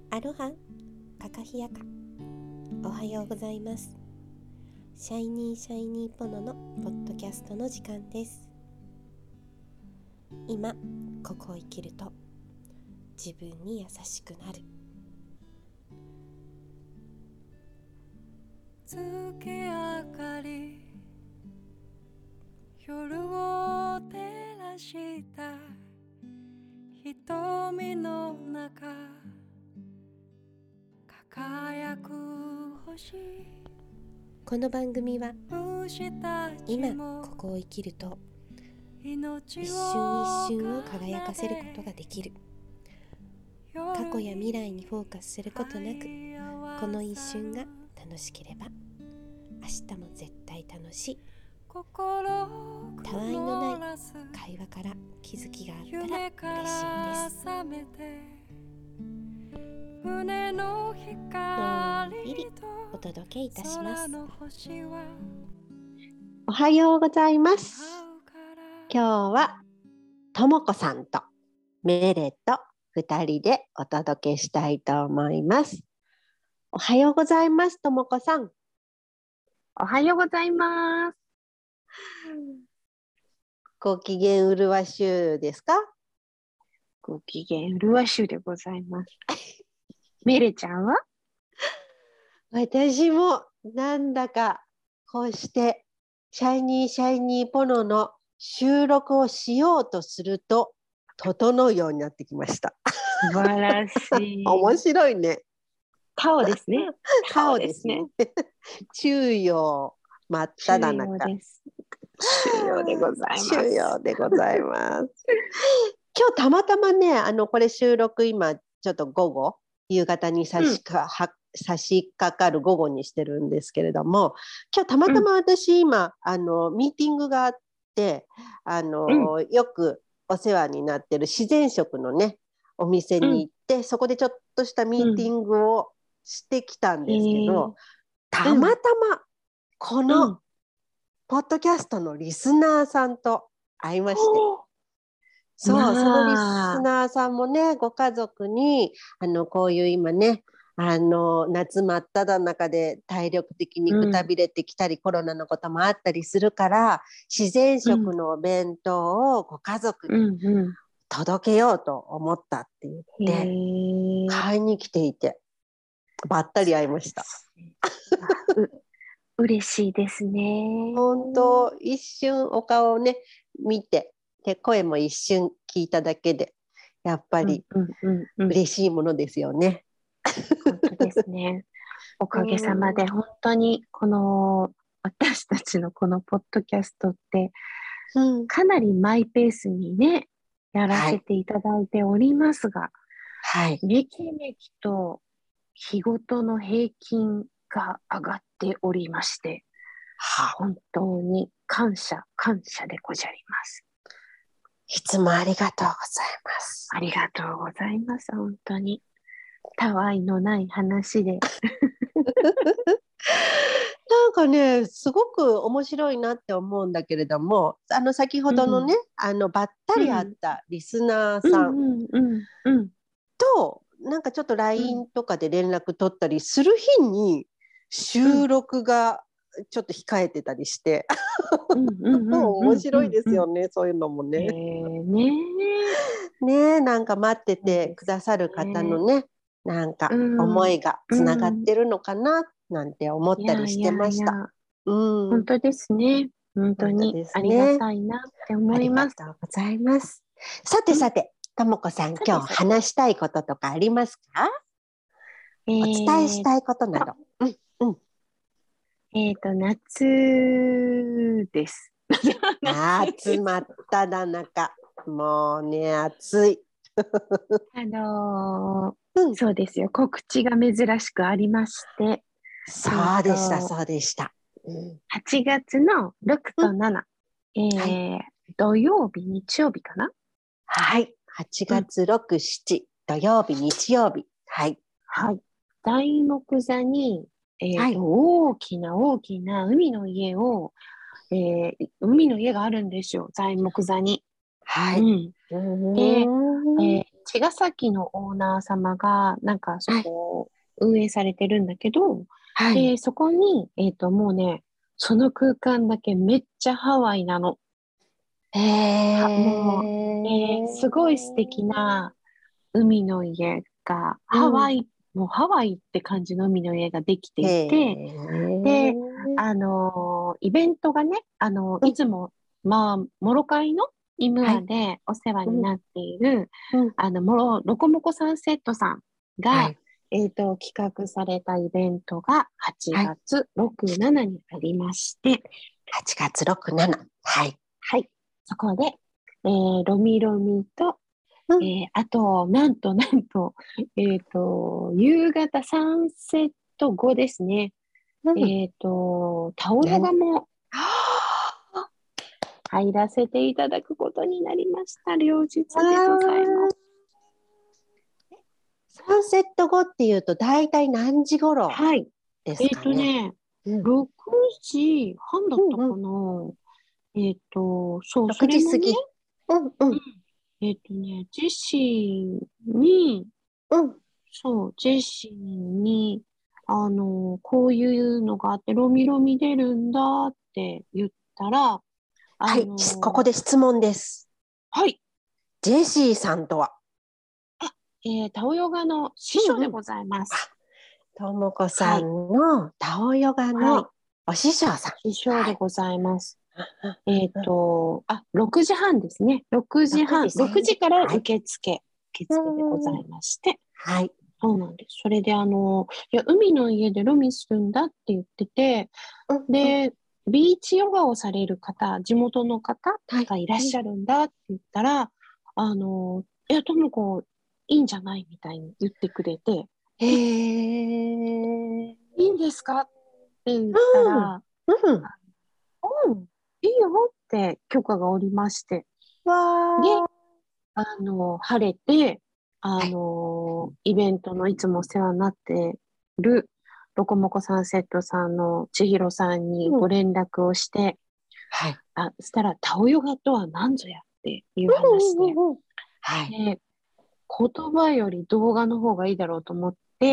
アロハ、カカヒヤカ。おはようございます。シャイニーポノのポッドキャストの時間です。今ここを生きると自分に優しくなる。 月明かり夜を照らした瞳の中輝く星。 この番組は今ここを生きると一瞬一瞬を輝かせることができる。過去や未来にフォーカスすることなく、この一瞬が楽しければ明日も絶対楽しい。たわいのない会話から気づきがあったら嬉しいです。のんびりお届けいたします。 おはようございます。今日はともこさんとメレと2人でお届けしたいと思います。おはようございます、ともこさん。 おはようございます。 ご機嫌うるわしゅうですか？ ご機嫌うるわしゅうでございます。メレちゃんは？ 私もなんだかこうしてシャイニーポノの収録をしようとすると整うようになってきました。 素晴らしい。 面白いね。 顔ですね。 顔ですね。中陽真っ只中。 中陽でございます。 中陽でございます。今日たまたまね、これ収録今ちょっと午後、夕方に差し掛かる午後にしてるんですけれども、今日たまたま私今、ミーティングがあって、よくお世話になってる自然食のね、お店に行って、そこでちょっとしたミーティングをしてきたんですけど、たまたまこのポッドキャストのリスナーさんと会いまして、そのリスナーさんもね、ご家族にこういう今ね、夏真っ只中で体力的にくたびれてきたり、コロナのこともあったりするから自然食のお弁当をご家族に届けようと思ったって言って買いに来ていて、ばったり会いました。 嬉しいですね。 本当、一瞬お顔をね見て、で声も一瞬聞いただけでやっぱり嬉しいものですよね。 本当ですね。おかげさまで本当にこの私たちのこのポッドキャストってかなりマイペースにねやらせていただいておりますが、めきめきと日ごとの平均が上がっておりまして、本当に感謝でございます。 いつもありがとうございます。 ありがとうございます。本当にたわいのない話でなんかね、すごく面白いなって思うんだけれども、先ほどのね、ばったり会ったリスナーさんとなんかちょっと LINE とかで連絡取ったりする日に収録がちょっと控えてたりして面白いですよね、そういうのもね。なんか待っててくださる方のね、なんか思いがつながってるのかななんて思ったりしてました。 本当ですね。本当にありがたいなって思います。 ありがとうございます。さて、ともこさん、今日話したいこととかありますか？お伝えしたいことなど。 夏です。 夏真っ只中。もうね、暑い。 そうですよ。告知が珍しくありまして。 そうでした。 8月の6と7、土曜日、日曜日かな？ はい。8月6、7、土曜日、日曜日。はい。 材木座に、大きな海の家があるんですよ。材木座に。で、 茅ヶ崎のオーナー様が、なんかそこを運営されてるんだけど、 はい。 で、そこに、もうね、その空間だけめっちゃハワイなの。もう、すごい素敵な海の家が、もうハワイって感じの海の家ができていて、で、イベントがね、いつも、まあ、モロカイのイムアでお世話になっている、ロコモコサンセットさんが、企画されたイベントが8月6、7にありまして、 8月6、7。はい。 はい。そこで、ロミロミと、あと、なんと、夕方サンセット後ですね。タオヨガも入らせていただくことになりました。両日でございます。 サンセット後っていうと、だいたい何時頃ですかね。 6時半だったかな。そう、 6時過ぎ。 ジェシーに、そう、ジェシーに、こういうのがあって、ロミロミ出るんだって言ったら、 はい、ここで質問です。 はい。 ジェシーさんとはタオヨガの師匠でございます。 ともこさんのタオヨガのお師匠さん。 師匠でございます。6時半ですね。6時半、6時から受付でございまして。 はい。 そうなんです。それでいや、海の家でロミするんだって言ってて、で、ビーチヨガをされる方、地元の方がいらっしゃるんだって言ったら、いや、ともこ、いいんじゃないみたいに言ってくれて、いいんですかって言ったら、いいよって許可がおりまして、で、晴れて、イベントのいつもお世話になってるロコモコサンセットさんの千尋さんにご連絡をして、そしたらタオヨガとは何ぞやっていう話で、で言葉より動画の方がいいだろうと思って、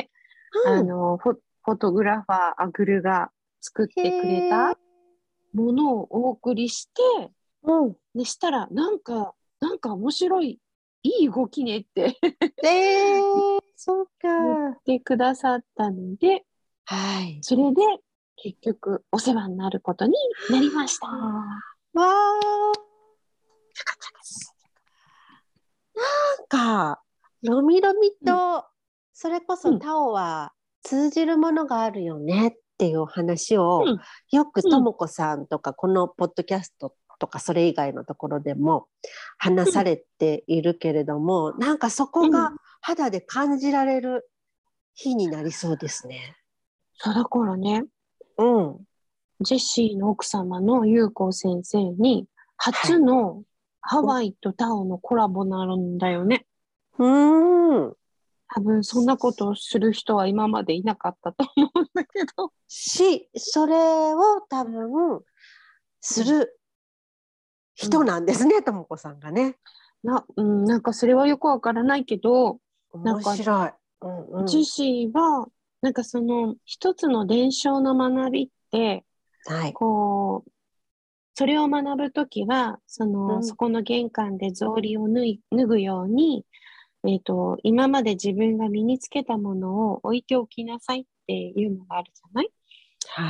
フォトグラファーアグルが作ってくれたものをお送りして、でしたらなんか面白いいい動きねってそうか言ってくださったので、それで結局お世話になることになりました。 なんかロミロミとそれこそタオは通じるものがあるよねっていう話をよくともこさんとかこのポッドキャストとかそれ以外のところでも話されているけれども、なんかそこが肌で感じられる日になりそうですね。 そうだからね、ジェシーの奥様の優子先生に初のハワイとタオのコラボになるんだよね。多分そんなことをする人は今までいなかったと思うんだけど。 それを多分する人なんですね、ともこさんがね。 なんかそれはよくわからないけど、 面白い。 ジェシーは、なんかその一つの伝承の学びって、こう、それを学ぶときは、そこの玄関で草履を脱ぐように、今まで自分が身につけたものを置いておきなさいっていうのがあるじゃない、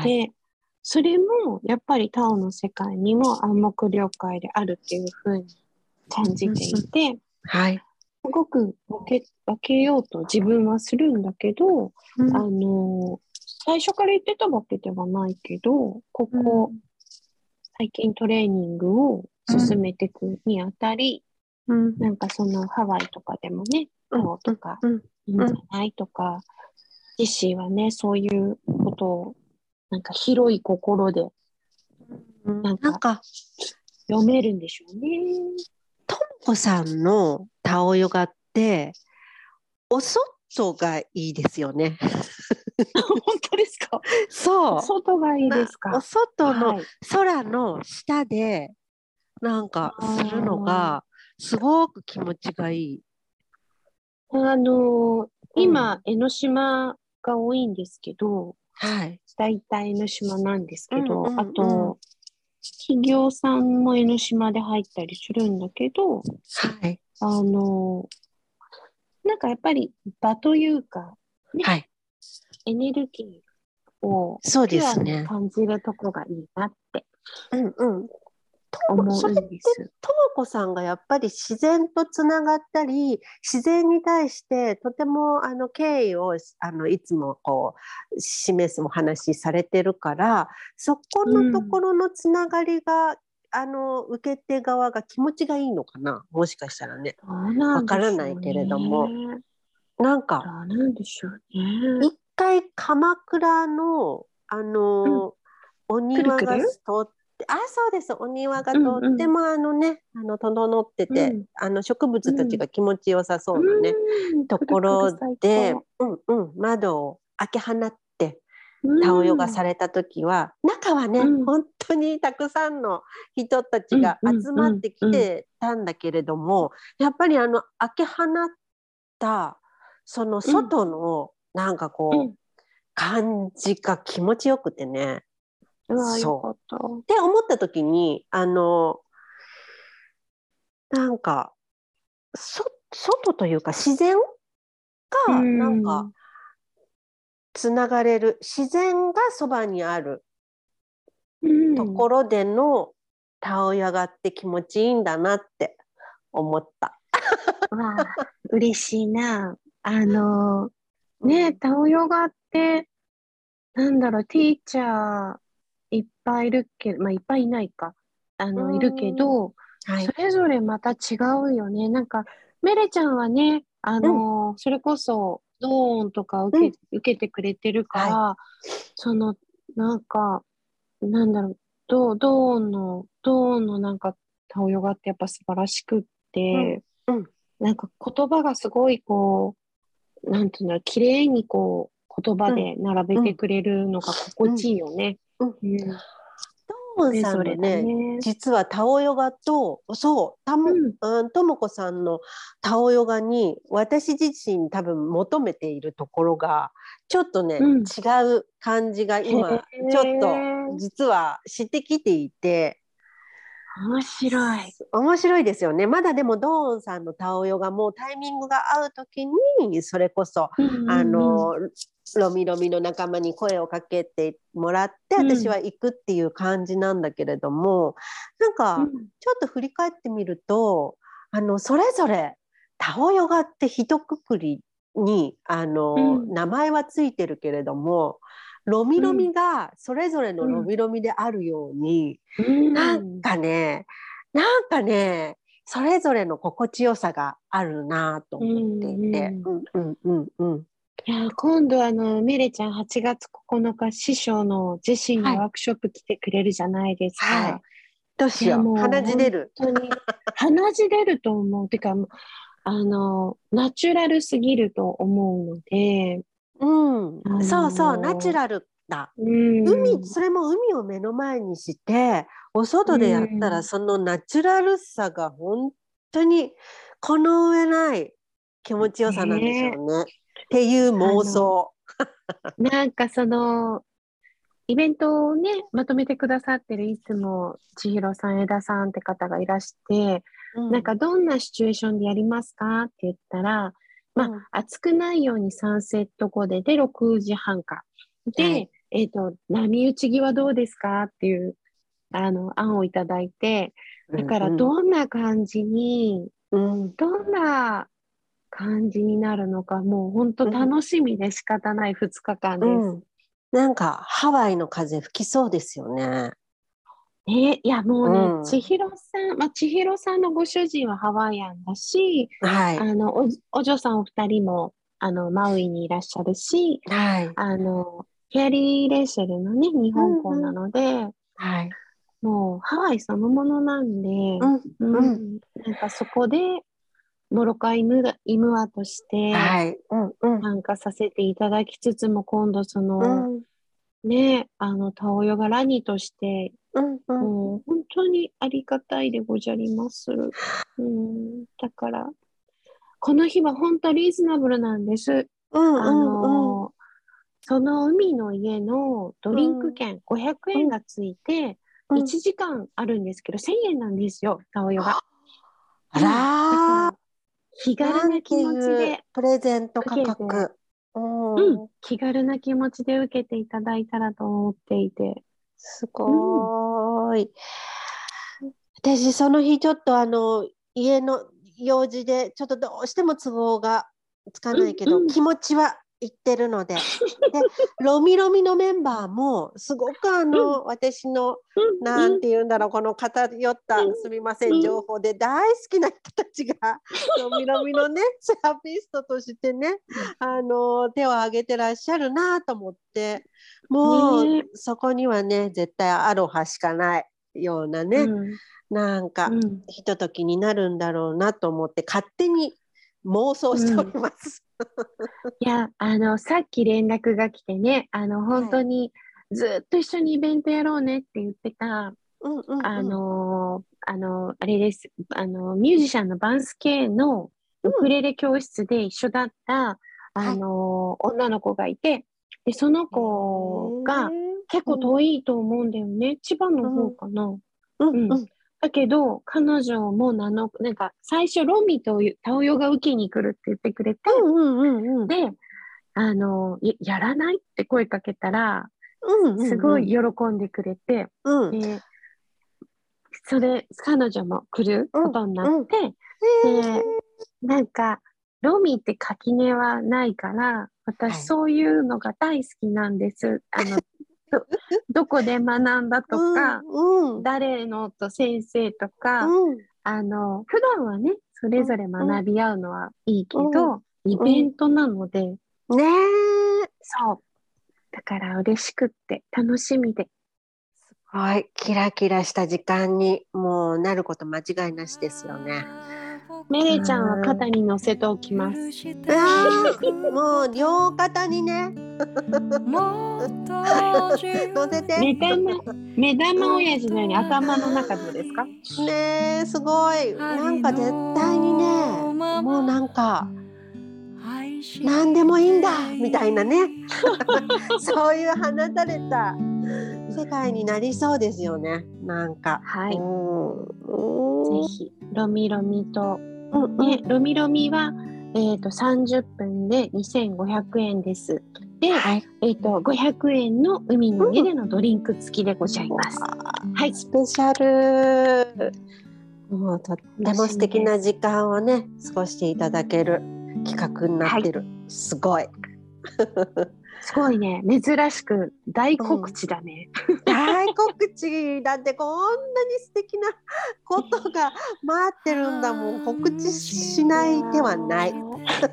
で、それもやっぱりタオの世界にも暗黙了解であるっていうふうに感じていて、すごく分けようと自分はするんだけど、最初から言ってたわけではないけど、最近トレーニングを進めていくにあたり、なんかそのハワイとかでもね、タオとかいいんじゃないとか、ジェシーはね、そういうことをなんか広い心でなんか読めるんでしょうね。 ともこさんのタオヨガってお外がいいですよね。 本当ですか？ そう。 お外がいいですか？ お外の空の下でなんかするのがすごく気持ちがいい。 今、江ノ島が多いんですけど、 はい。 大体江ノ島なんですけど、 うんうんうんあと、企業さんも江ノ島で入ったりするんだけど、 はい。 なんかやっぱり場というか、ね、 はい。 エネルギーをそうでピュアにすね。 感じるとこがいいなってうんうん。 思うそれって、 んです。 ともこさんがやっぱり自然とつながったり、自然に対してとても敬意をいつもこう示すお話しされてるから、そこのところのつながりが、受け手側が気持ちがいいのかな、もしかしたらね。 どうなわからんでしょうないけれども。 ね。 なんか、 どうなんでしょうね。 一回鎌倉の、 うん。 お庭がくるくるとって、そうです。お庭がうんうんとっても整ってて、 うん植物たちうんが気持ちよさそうなね、とくるくるころで、 最高。 窓を開け放って、 う田植えがんされた時は、中はね、 うん本当にたくさんの人たちうんがうんうん集まってきうんてたんだけれども、やっぱり開け放ったそのうん外のなんかこう感じが気持ちよくてね。 うわ、よかそう。 った。 って思った時になんか外というか自然うがなんかんつながれる、自然がそばにあるとうんころでの田植えがって気持ちいいんだなって思った。 わあ、嬉しいな。ねえ、 うん、 タオヨガって、なんだろう、ティーチャーいっぱいいるけど、まあ、いっぱいいないか。 ういるけん、 ど、そはい。 れぞれまた違うよね。なんか、メレちゃんはね、 うん、 それこそ、ドーンとかうん、 受けてくれてるかはい。 ら、その、なんか、なんだろう、ドーンのなんか、タオヨガってやっぱ素晴らしくっうん、 て、 うん、 なんか言葉がすごいこう、なんていうんだろう、綺麗にこう、言葉うん、 で並べうん、 てくれるのが心うん、 地いいよね。 うん。 うん。 トーンさそれぞれだんのね、 ね。 実はタオヨガと、そう、 うん。 ともこさんのタオヨガに、私自身多分求めているところが、ちょっとね、 うん。 違う感じがへ今、ちょっとえ、 実はしてきていて、 面白い。 面白いですよね。まだでもドーンさんのタオヨガもタイミングが合うときに、それこそ、 うんうんロミロミの仲間に声をかけてもらって、 うん。うん。 私は行くっていう感じなんだけれども、なんか、 うん。 ちょっと振り返ってみると、それぞれ、タオヨガって一括りに、 うん。 名前はついてるけれども、ロミロうん。 ミがそれぞれのうん。 ロミロミであるように、 うなんん。 かね、なんかね、それぞれの心地よさがあるなとう思っていて。 ん。 うんうんうんうん。 いや、今度メレちゃん8月9日、師匠の自身はい。 のワークショップ来てくれるじゃないですか。 はい。どういや、 しよう。 もう本鼻血出る。 当に鼻血出ると思う。てか、ナチュラルすぎると思うので、 うん。 あそうそう、ナチュの、 ラルだ。 うん、 それも海を目の前にして、おう外でやったら、 ん、 そのナチュラルさが本当にこの上ない気持ちよさなんでしょねえ、 うね。っていう妄あの、 想。 なんかイベントをね、まとめてくださってるいつも、千尋さん、枝さんって方がいらして、なんうん。 かどんなシチュエーションでやりますかって言ったら、まあ、 うん。 暑くないように3セット後で6時半か。で、 はい。 波打ち際どうですかっていう、案をいただいて、だからうんうん。 どんな感じに、 うん。 どんな感じになるのか、もう本当うん。 楽しみで仕方ない2日間です。 うん。なんか、ハワイの風吹きそうですよね。 いや、もううね、千ん。 尋さん、まあ、千尋さんのご主人はハワイアンだし、 はい。 お嬢さんお二人も、マウイにいらっしゃるし、 はい。 フェアリーレーシェルのね、日本校うんうん。 なので、 はい。 もうハワイそのものなんで、 うん。うん。 なんかそこで、モロカイムアとしてはい。うんうん。 参加させていただきつつも、今度うん。 ね、タオヨがラニとして、 うんうん。 もう本当にありがたいでござりまする。だから、 この日は本当リーズナブルなんです。その海の家のドリンク券500円がついて、1時間あるんですけど、1000円なんですよ、タオヨが。 あらー、 気軽な気持ちでプレゼント価格。 気軽な気持ちで受けていただいたらと思っていて。 すごーい。私、その日ちょっと家の用事で、ちょっとどうしても都合がつかないけど、気持ちは言ってるので。で、ロミロミのメンバーも、すごく私の、なんて言うんだろう、この偏った、すみません、情報で大好きな人たちが、ロミロミのね、セラピストとしてね、手を挙げてらっしゃるなと思って、もう、そこにはね、絶対アロハしかないようなね、なんか、ひとときになるんだろうなと思って、勝手に妄想しております。 いや、さっき連絡が来てね、本当にずっと一緒にイベントやろうねって言ってた、あれです。ミュージシャンのバンス系のウクレレ教室で一緒だった、女の子がいて、で、その子が結構遠いと思うんだよね。千葉の方かな。だけど、彼女もなんか、最初、ロミとタオヨが受けに来るって言ってくれて、で、やらないって声かけたら、すごい喜んでくれて、で、彼女も来ることになって、で、なんか、ロミって垣根はないから、私そういうのが大好きなんです。どこで学んだとか、誰のと先生とか、普段はね、それぞれ学び合うのはいいけど、イベントなので、 ねえ。 そう。だから嬉しくって楽しみで。 はい、キラキラした時間にもうなること間違いなしですよね。 メレちゃんは肩に乗せておきます。 もう両肩にね乗せて。 目玉親父のように頭の中どうですか？ ねえ、すごい。なんか絶対にね、もうなんか何でもいいんだみたいなねそういう放たれた世界になりそうですよね。なんか。 はい。ぜひロミロミと、ロミロミは30分で2500円です。で、500円の海の家でのドリンク付きでございます。はい。 スペシャル。もうとっても素敵な時間をね過ごしていただける企画になってる。すごい。 すごいね。珍しく大告知だね。 大告知だってこんなに素敵なことが待ってるんだもん。告知しない手はない。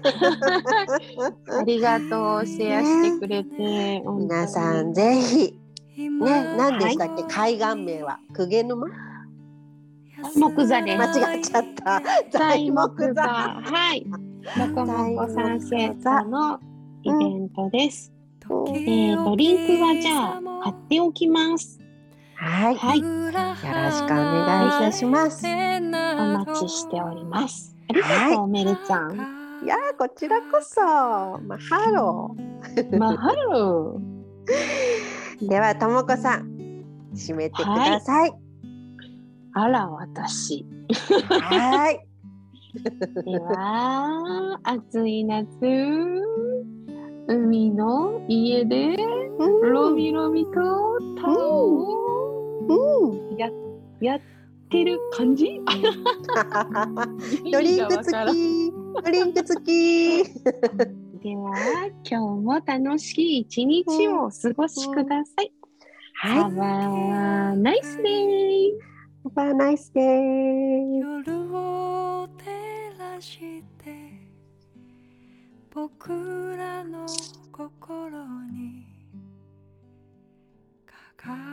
ありがとう。シェアしてくれて。 皆さんぜひね、何でしたっけ、海岸名は鵠沼？ 木座です。 間違っちゃった。 材木座。はい。もこもこサンセットのイベントです。リンクはじゃあ貼っておきます。 はい。よろしくお願いいたします。 お待ちしております。ありがとう、メルちゃん。 いや、こちらこそ。マハロー。マハロー。では、ともこさん、締めてください。 あら、私。 はい。 では、暑い夏。海の家でロミロミとタオをやってる感じドリンク付きドリンク付きでは今日も楽しい一日をお過ごしください。Have a nice day. Have a nice day. 夜を照らして僕らの心に輝